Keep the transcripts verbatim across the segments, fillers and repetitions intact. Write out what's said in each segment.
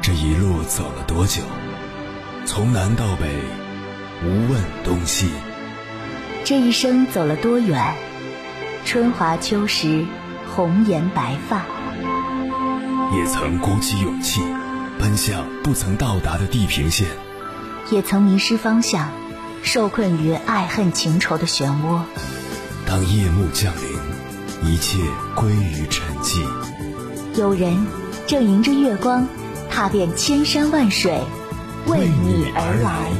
这一路走了多久？从南到北，无问东西。 这一生走了多远？春华秋实，红颜白发。 也曾鼓起勇气，奔向不曾到达的地平线。 也曾迷失方向，受困于爱恨情仇的漩涡。 当夜幕降临，一切归于沉寂。 有人正迎着月光，踏遍千山万水，为你而来。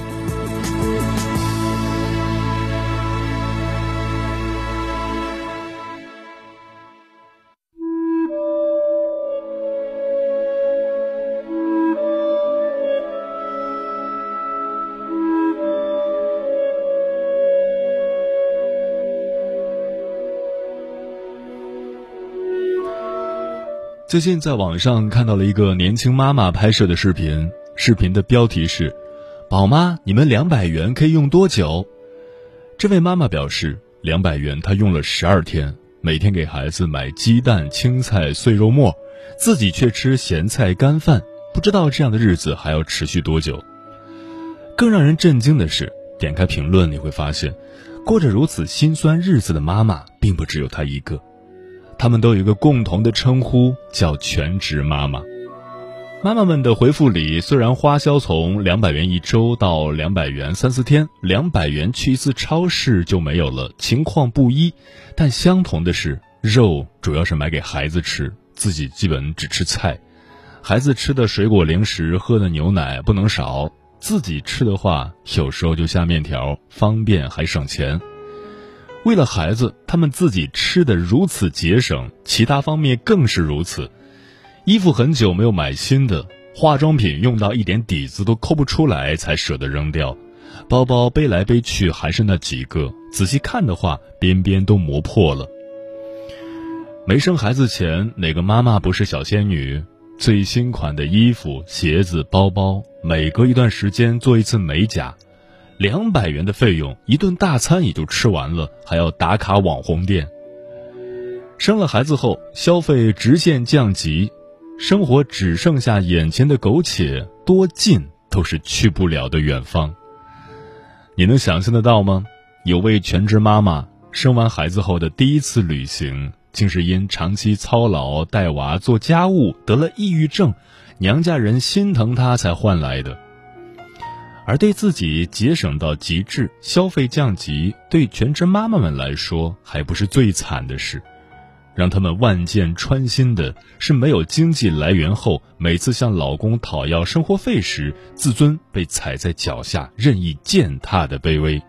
最近在网上看到了一个年轻妈妈拍摄的视频，视频的标题是宝妈，你们两百元可以用多久？这位妈妈表示，两百元她用了十二天，每天给孩子买鸡蛋、青菜、碎肉末，自己却吃咸菜干饭，不知道这样的日子还要持续多久。更让人震惊的是，点开评论你会发现，过着如此辛酸日子的妈妈并不只有她一个，他们都有一个共同的称呼，叫全职妈妈。妈妈们的回复里，虽然花销从两百元一周到两百元三四天，两百元去一次超市就没有了，情况不一，但相同的是，肉主要是买给孩子吃，自己基本只吃菜。孩子吃的水果零食、喝的牛奶不能少，自己吃的话，有时候就下面条，方便还省钱。为了孩子，他们自己吃得如此节省，其他方面更是如此。衣服很久没有买新的，化妆品用到一点底子都抠不出来才舍得扔掉，包包背来背去还是那几个，仔细看的话边边都磨破了。没生孩子前，哪个妈妈不是小仙女？最新款的衣服、鞋子、包包，每隔一段时间做一次美甲。两百元的费用，一顿大餐也就吃完了，还要打卡网红店。生了孩子后，消费直线降级，生活只剩下眼前的苟且，多近都是去不了的远方。你能想象得到吗？有位全职妈妈生完孩子后的第一次旅行，竟是因长期操劳带娃做家务得了抑郁症，娘家人心疼她才换来的。而对自己节省到极致，消费降级，对全职妈妈们来说还不是最惨的事。让他们万箭穿心的是，没有经济来源后，每次向老公讨要生活费时，自尊被踩在脚下，任意践踏的卑微。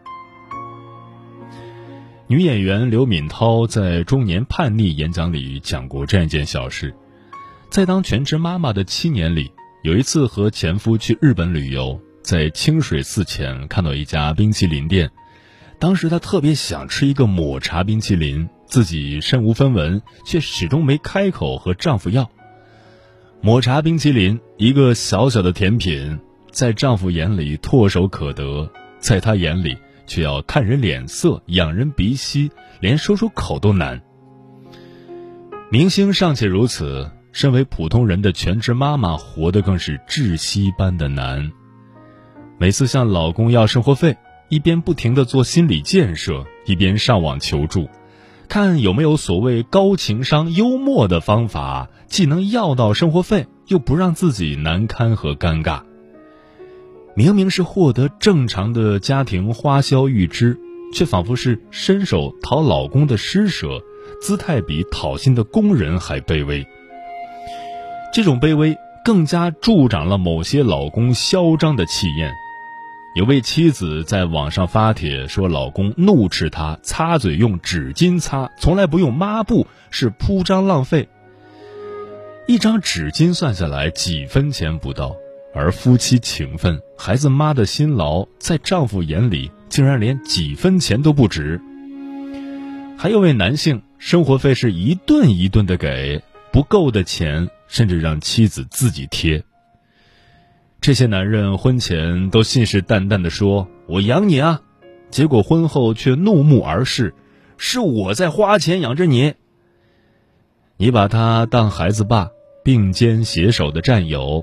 女演员刘敏涛在中年叛逆演讲里讲过这样一件小事。在当全职妈妈的七年里，有一次和前夫去日本旅游，在清水寺前看到一家冰淇淋店，当时她特别想吃一个抹茶冰淇淋，自己身无分文，却始终没开口和丈夫要。抹茶冰淇淋，一个小小的甜品，在丈夫眼里唾手可得，在她眼里却要看人脸色，仰人鼻息，连说出口都难。明星尚且如此，身为普通人的全职妈妈活得更是窒息般的难。每次向老公要生活费，一边不停地做心理建设，一边上网求助，看有没有所谓高情商幽默的方法，既能要到生活费，又不让自己难堪和尴尬。明明是获得正常的家庭花销预支，却仿佛是伸手讨老公的施舍，姿态比讨薪的工人还卑微。这种卑微更加助长了某些老公嚣张的气焰。有位妻子在网上发帖说，老公怒斥她擦嘴用纸巾擦，从来不用抹布，是铺张浪费。一张纸巾算下来几分钱不到，而夫妻情分、孩子妈的辛劳，在丈夫眼里竟然连几分钱都不值。还有位男性，生活费是一顿一顿的给，不够的钱甚至让妻子自己贴。这些男人婚前都信誓旦旦地说，我养你啊，结果婚后却怒目而视，是我在花钱养着你。你把他当孩子爸，并肩携手的战友，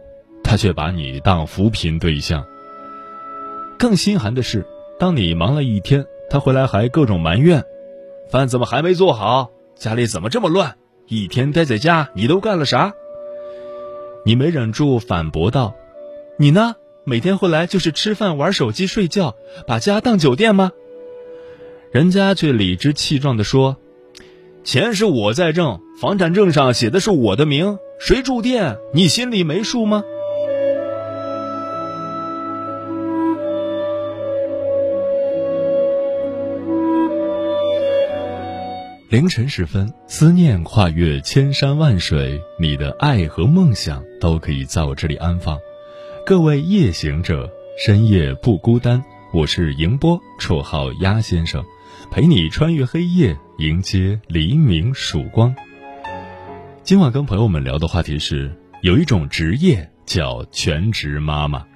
他却把你当扶贫对象。更心寒的是，当你忙了一天，他回来还各种埋怨，饭怎么还没做好，家里怎么这么乱，一天待在家你都干了啥？你没忍住反驳道，你呢，每天回来就是吃饭玩手机睡觉，把家当酒店吗？人家却理直气壮地说，钱是我在挣，房产证上写的是我的名，谁住店你心里没数吗？凌晨时分，思念跨越千山万水，你的爱和梦想都可以在我这里安放。各位夜行者，深夜不孤单，我是迎波，绰号鸭先生，陪你穿越黑夜，迎接黎明曙光。今晚跟朋友们聊的话题是，有一种职业叫全职妈妈。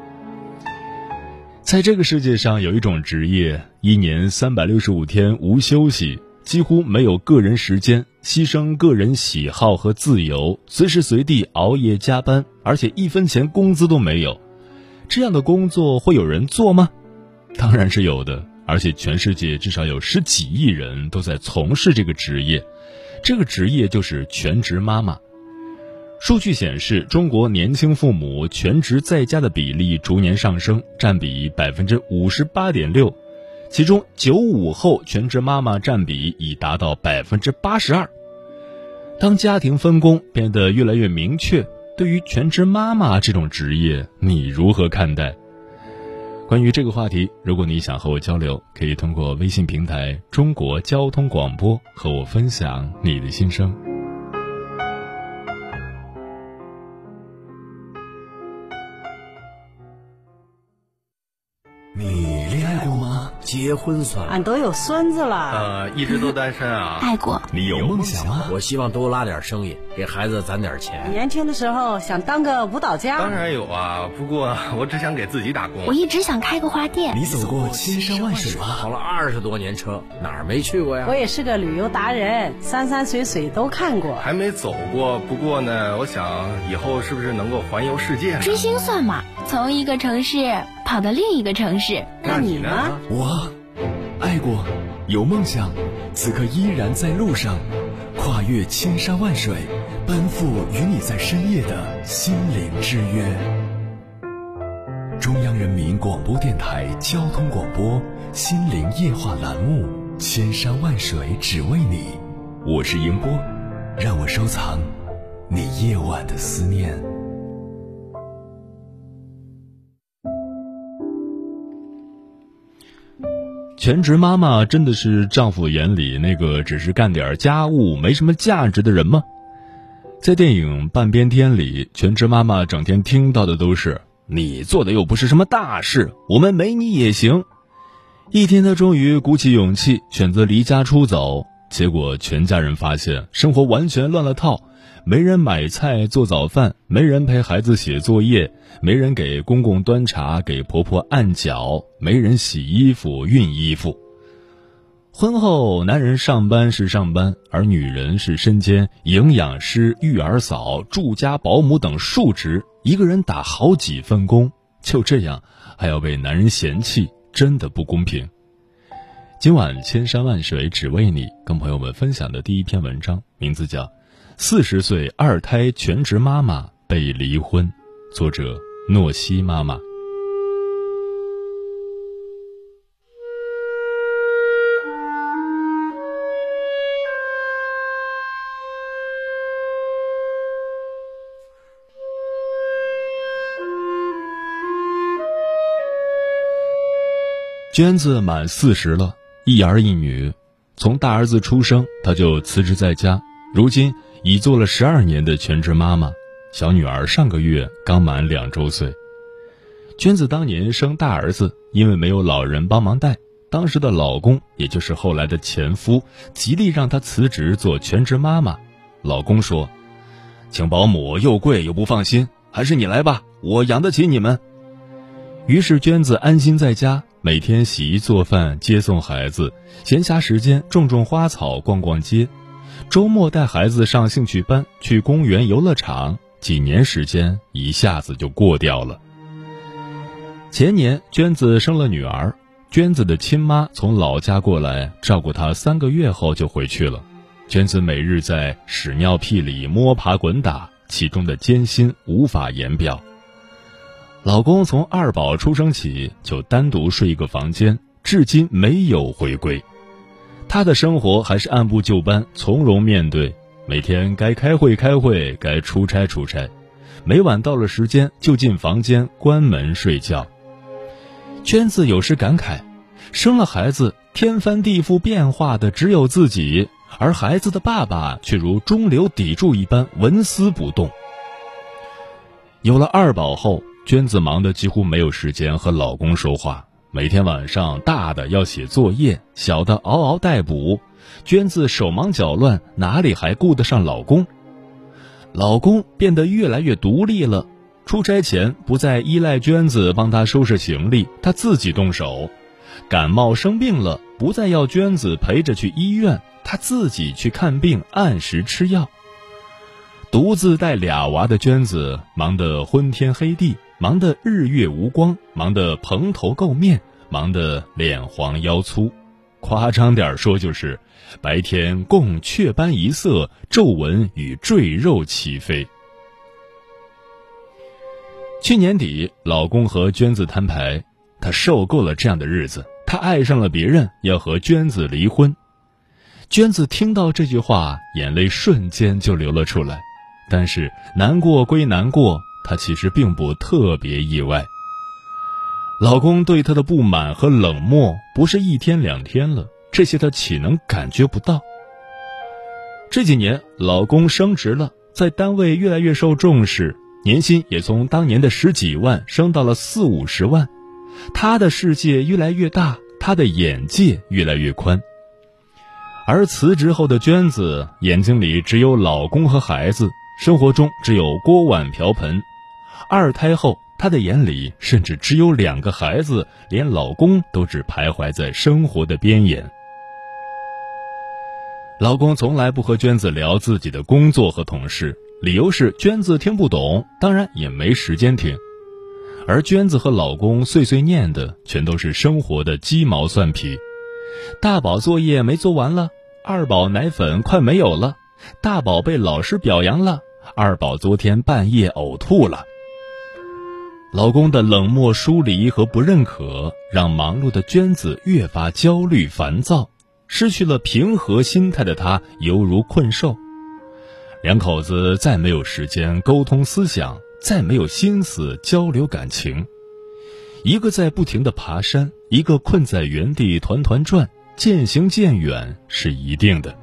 在这个世界上，有一种职业，一年三百六十五天无休息，几乎没有个人时间，牺牲个人喜好和自由，随时随地熬夜加班，而且一分钱工资都没有。这样的工作会有人做吗？当然是有的，而且全世界至少有十几亿人都在从事这个职业。这个职业就是全职妈妈。数据显示，中国年轻父母全职在家的比例逐年上升，占比 百分之五十八点六。其中九五后全职妈妈占比已达到 百分之八十二。 当家庭分工变得越来越明确，对于全职妈妈这种职业，你如何看待？关于这个话题，如果你想和我交流，可以通过微信平台中国交通广播和我分享你的心声。 你恋爱过吗？ 结婚算了， 俺都有孙子了。 呃，一直都单身啊。 爱过。 你有梦想吗？ 我希望多拉点生意，给孩子攒点钱。 年轻的时候想当个舞蹈家。 当然有啊，不过我只想给自己打工。 我一直想开个花店。 你走过千山万水吗？ 跑了二十多年车，哪儿没去过呀？ 我也是个旅游达人，山山水水都看过。 还没走过，不过呢，我想以后是不是能够环游世界呢？ 追星算吗？从一个城市跑到另一个城市。 那你呢？ 我爱过，有梦想，此刻依然在路上，跨越千山万水，奔赴与你在深夜的心灵之约。中央人民广播电台交通广播心灵夜话栏目，千山万水只为你，我是迎波，让我收藏你夜晚的思念。 全职妈妈真的是丈夫眼里那个只是干点家务没什么价值的人吗？在电影《半边天》里，全职妈妈整天听到的都是，你做的又不是什么大事，我们没你也行。一天她终于鼓起勇气选择离家出走，结果全家人发现生活完全乱了套，没人买菜做早饭，没人陪孩子写作业，没人给公公端茶，给婆婆按脚，没人洗衣服熨衣服。婚后男人上班是上班，而女人是身兼营养师、育儿嫂、住家保姆等数职，一个人打好几份工，就这样还要被男人嫌弃，真的不公平。今晚千山万水只为你，跟朋友们分享的第一篇文章名字叫四十岁二胎全职妈妈被离婚，作者诺西妈妈。娟子满四十了，一儿一女，从大儿子出生，她就辞职在家，如今已做了十二年的全职妈妈。小女儿上个月刚满两周岁。娟子当年生大儿子，因为没有老人帮忙带，当时的老公，也就是后来的前夫，极力让她辞职做全职妈妈。老公说，请保姆又贵又不放心，还是你来吧，我养得起你们。于是娟子安心在家，每天洗衣做饭，接送孩子，闲暇时间种种花草，逛逛街，周末带孩子上兴趣班，去公园游乐场， 几年时间一下子就过掉了。前年娟子生了女儿，娟子的亲妈从老家过来照顾她三个月后就回去了。娟子每日在屎尿屁里摸爬滚打，其中的艰辛无法言表。老公从二宝出生起就单独睡一个房间，至今没有回归。他的生活还是按部就班，从容面对，每天该开会开会，该出差出差，每晚到了时间就进房间关门睡觉。娟子有时感慨，生了孩子天翻地覆变化的只有自己，而孩子的爸爸却如中流砥柱一般纹丝不动。有了二宝后，娟子忙得几乎没有时间和老公说话，每天晚上大的要写作业，小的嗷嗷待哺，娟子手忙脚乱，哪里还顾得上老公？老公变得越来越独立了，出差前不再依赖娟子帮他收拾行李，他自己动手。感冒生病了，不再要娟子陪着去医院，他自己去看病，按时吃药。独自带俩娃的娟子忙得昏天黑地，忙得日月无光，忙得蓬头垢面，忙得脸黄腰粗。夸张点说就是白天共雀斑一色，皱纹与赘肉齐飞。去年底，老公和娟子摊牌，他受够了这样的日子，他爱上了别人，要和娟子离婚。娟子听到这句话，眼泪瞬间就流了出来。但是难过归难过，她其实并不特别意外。老公对她的不满和冷漠不是一天两天了，这些她岂能感觉不到？这几年老公升职了，在单位越来越受重视，年薪也从当年的十几万升到了四五十万。她的世界越来越大，她的眼界越来越宽。而辞职后的娟子眼睛里只有老公和孩子，生活中只有锅碗瓢盆。二胎后，她的眼里甚至只有两个孩子，连老公都只徘徊在生活的边沿。老公从来不和娟子聊自己的工作和同事，理由是娟子听不懂，当然也没时间听。而娟子和老公碎碎念的全都是生活的鸡毛蒜皮。大宝作业没做完了，二宝奶粉快没有了，大宝被老师表扬了，二宝昨天半夜呕吐了。老公的冷漠疏离和不认可，让忙碌的娟子越发焦虑烦躁，失去了平和心态的她犹如困兽。两口子再没有时间沟通思想，再没有心思交流感情。一个在不停地爬山，一个困在原地团团转，渐行渐远是一定的。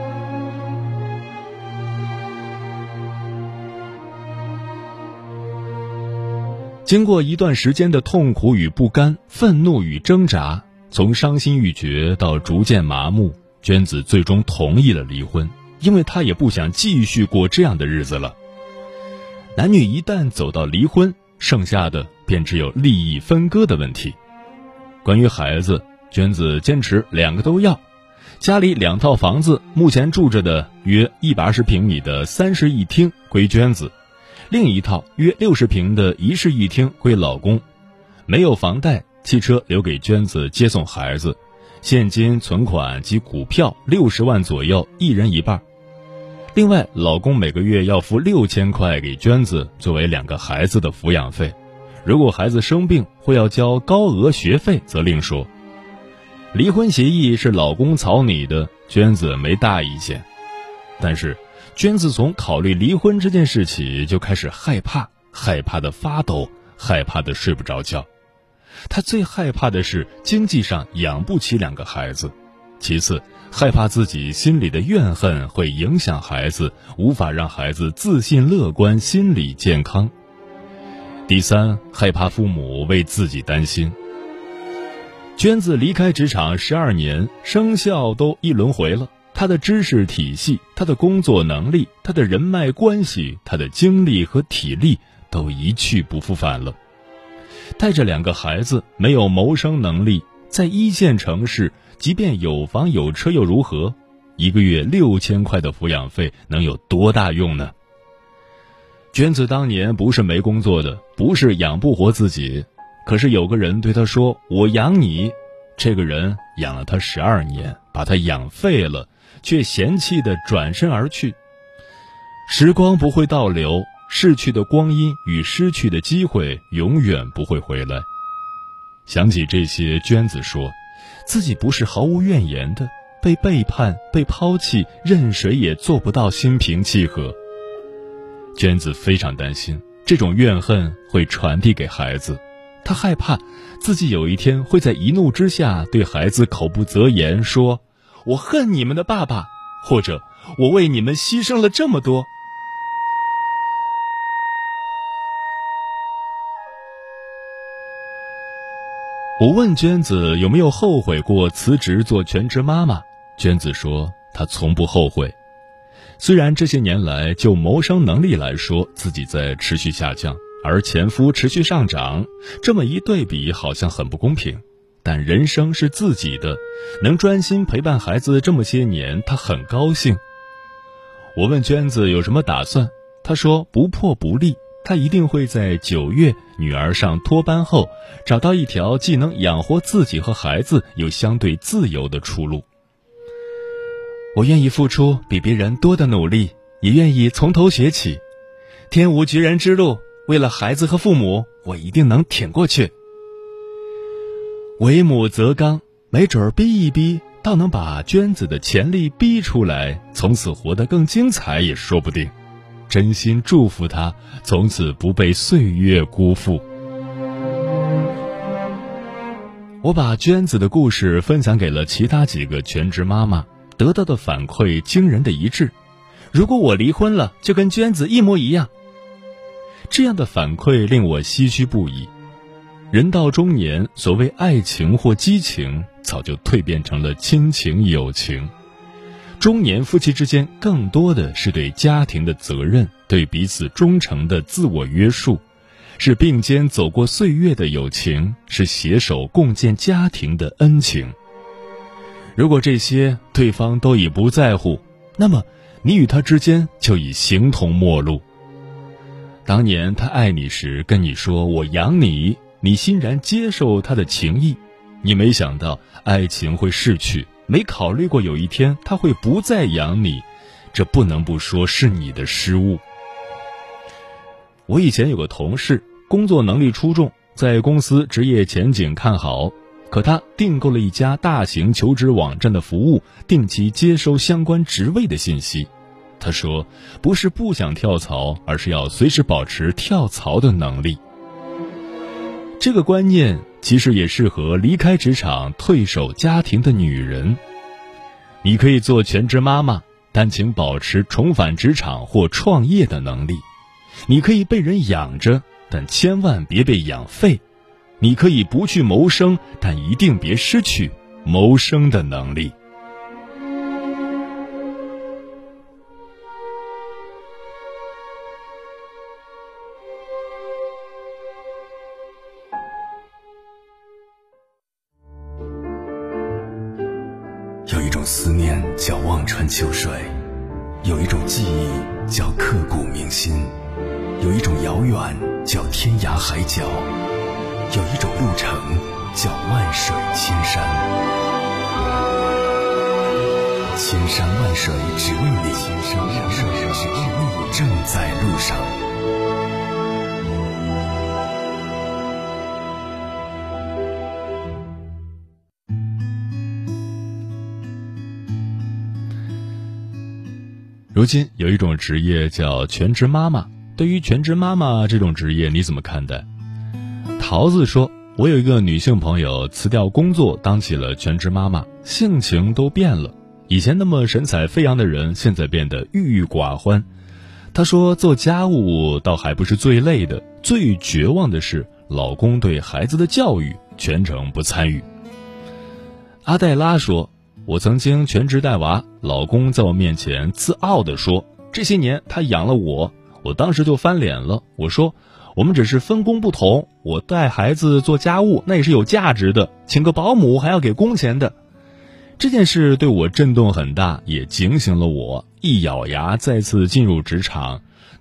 经过一段时间的痛苦与不甘，愤怒与挣扎，从伤心欲绝到逐渐麻木，娟子最终同意了离婚，因为她也不想继续过这样的日子了。男女一旦走到离婚，剩下的便只有利益分割的问题。关于孩子，娟子坚持两个都要。家里两套房子，目前住着的约一百二十平米的三室一厅归娟子，另一套约六十平的一室一厅归老公。没有房贷，汽车留给娟子接送孩子，现金存款及股票六十万左右，一人一半。另外，老公每个月要付六千块给娟子作为两个孩子的抚养费，如果孩子生病会要交高额学费则另说。离婚协议是老公草拟的，娟子没大意见。但是娟子从考虑离婚这件事起就开始害怕，害怕的发抖，害怕的睡不着觉。她最害怕的是经济上养不起两个孩子，其次害怕自己心里的怨恨会影响孩子，无法让孩子自信乐观，心理健康。第三，害怕父母为自己担心。娟子离开职场十二年，生肖都一轮回了，她的知识体系，她的工作能力，她的人脉关系，她的精力和体力都一去不复返了。带着两个孩子，没有谋生能力，在一线城市，即便有房有车又如何？一个月六千块的抚养费能有多大用呢？ 娟子当年不是没工作的，不是养不活自己，可是有个人对她说：“我养你。”这个人养了她十二年，把她养废了，却嫌弃地转身而去。时光不会倒流，逝去的光阴与失去的机会永远不会回来。想起这些，娟子说，自己不是毫无怨言的，被背叛，被抛弃，任谁也做不到心平气和。娟子非常担心这种怨恨会传递给孩子，她害怕自己有一天会在一怒之下对孩子口不择言，说我恨你们的爸爸，或者我为你们牺牲了这么多。我问娟子有没有后悔过辞职做全职妈妈，娟子说她从不后悔。虽然这些年来就谋生能力来说自己在持续下降，而前夫持续上涨，这么一对比好像很不公平，但人生是自己的，能专心陪伴孩子这么些年，她很高兴。我问娟子有什么打算，她说不破不立，她一定会在九月女儿上托班后，找到一条既能养活自己和孩子又相对自由的出路。我愿意付出比别人多的努力，也愿意从头学起。天无绝人之路，为了孩子和父母，我一定能挺过去。为母则刚，没准儿逼一逼，倒能把娟子的潜力逼出来，从此活得更精彩也说不定。真心祝福她，从此不被岁月辜负。我把娟子的故事分享给了其他几个全职妈妈，得到的反馈惊人的一致。如果我离婚了，就跟娟子一模一样。这样的反馈令我唏嘘不已。人到中年，所谓爱情或激情，早就蜕变成了亲情友情。中年夫妻之间更多的是对家庭的责任，对彼此忠诚的自我约束，是并肩走过岁月的友情，是携手共建家庭的恩情。如果这些对方都已不在乎，那么你与他之间就已形同陌路。当年他爱你时跟你说我养你，你欣然接受他的情谊，你没想到爱情会逝去，没考虑过有一天他会不再养你，这不能不说是你的失误。我以前有个同事，工作能力出众，在公司职业前景看好，可他订购了一家大型求职网站的服务，定期接收相关职位的信息。他说，不是不想跳槽，而是要随时保持跳槽的能力。这个观念其实也适合离开职场退守家庭的女人。你可以做全职妈妈，但请保持重返职场或创业的能力。你可以被人养着，但千万别被养废。你可以不去谋生，但一定别失去谋生的能力。 有一种思念叫望穿秋水，有一种记忆叫刻骨铭心，有一种遥远叫天涯海角，有一种路程叫万水千山。千山万水只为你，千山万水只为你，正在路上。 如今有一种职业叫全职妈妈，对于全职妈妈这种职业你怎么看待？桃子说，我有一个女性朋友辞掉工作当起了全职妈妈，性情都变了，以前那么神采飞扬的人现在变得郁郁寡欢。她说做家务倒还不是最累的，最绝望的是老公对孩子的教育全程不参与。阿黛拉说，我曾经全职带娃，老公在我面前自傲地说，这些年他养了我。我当时就翻脸了，我说我们只是分工不同，我带孩子做家务那也是有价值的，请个保姆还要给工钱的。这件事对我震动很大，也警醒了我，一咬牙再次进入职场，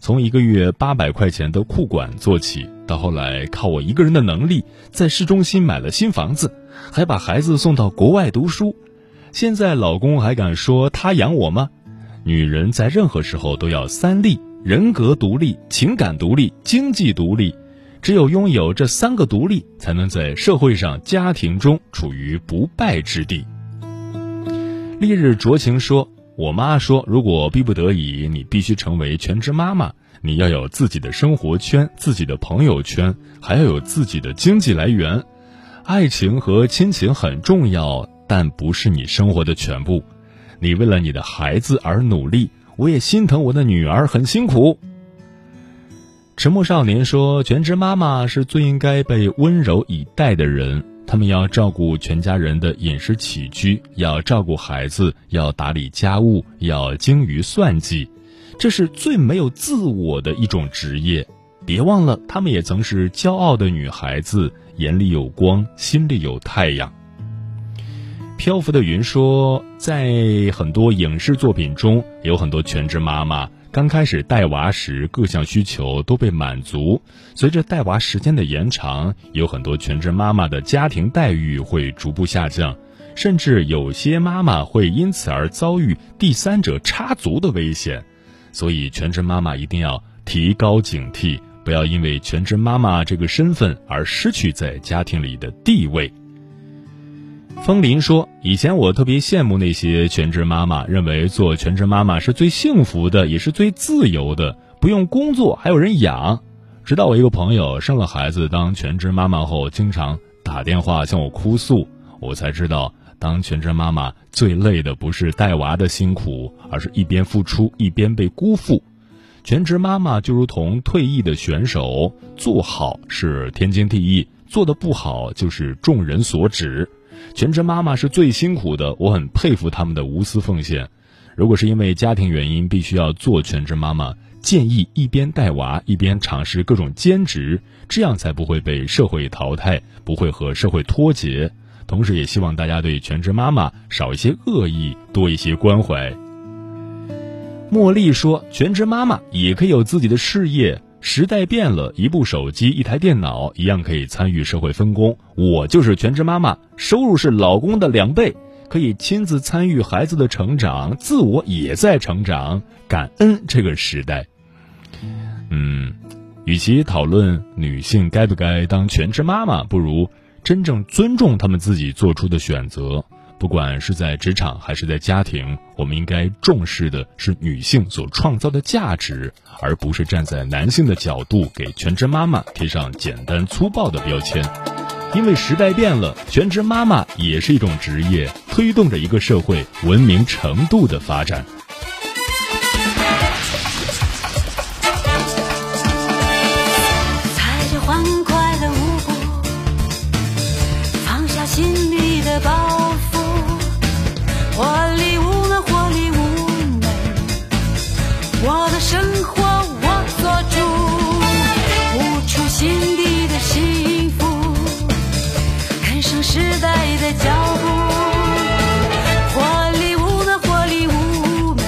从一个月八百块钱的裤管做起，到后来靠我一个人的能力，在市中心买了新房子，还把孩子送到国外读书。现在老公还敢说他养我吗？女人在任何时候都要三立：人格独立、情感独立、经济独立。只有拥有这三个独立，才能在社会上、家庭中处于不败之地。丽日酌情说，我妈说，如果逼不得已，你必须成为全职妈妈，你要有自己的生活圈、自己的朋友圈，还要有自己的经济来源。爱情和亲情很重要，但不是你生活的全部。你为了你的孩子而努力，我也心疼我的女儿很辛苦。沉默少年说，全职妈妈是最应该被温柔以待的人，他们要照顾全家人的饮食起居，要照顾孩子，要打理家务，要精于算计，这是最没有自我的一种职业。别忘了，她们也曾是骄傲的女孩子，眼里有光，心里有太阳。漂浮的云说，在很多影视作品中，有很多全职妈妈刚开始带娃时，各项需求都被满足。随着带娃时间的延长，有很多全职妈妈的家庭待遇会逐步下降，甚至有些妈妈会因此而遭遇第三者插足的危险。所以，全职妈妈一定要提高警惕，不要因为全职妈妈这个身份而失去在家庭里的地位。风林说，以前我特别羡慕那些全职妈妈，认为做全职妈妈是最幸福的，也是最自由的，不用工作还有人养。直到我一个朋友生了孩子当全职妈妈后，经常打电话向我哭诉，我才知道当全职妈妈最累的不是带娃的辛苦，而是一边付出一边被辜负。全职妈妈就如同退役的选手，做好是天经地义，做得不好就是众人所指。全职妈妈是最辛苦的，我很佩服他们的无私奉献。如果是因为家庭原因必须要做全职妈妈，建议一边带娃一边尝试各种兼职，这样才不会被社会淘汰，不会和社会脱节。同时也希望大家对全职妈妈少一些恶意，多一些关怀。茉莉说，全职妈妈也可以有自己的事业，时代变了，一部手机一台电脑一样可以参与社会分工。我就是全职妈妈，收入是老公的两倍，可以亲自参与孩子的成长，自我也在成长，感恩这个时代。嗯，与其讨论女性该不该当全职妈妈，不如真正尊重她们自己做出的选择。不管是在职场还是在家庭，我们应该重视的是女性所创造的价值，而不是站在男性的角度给全职妈妈贴上简单粗暴的标签。因为时代变了，全职妈妈也是一种职业，推动着一个社会文明程度的发展。 踩着欢快的舞步，放下心里的包袱，活力无能，活力无能，我的生活我做主，悟出心底的幸福，跟上时代的脚步，活力无能，活力无能，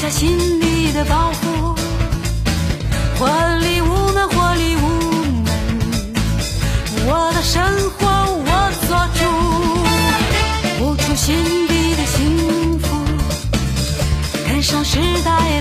下心里的包袱，或里无能，或里无能，我的生活我做主，悟出心底的幸福，跟上时代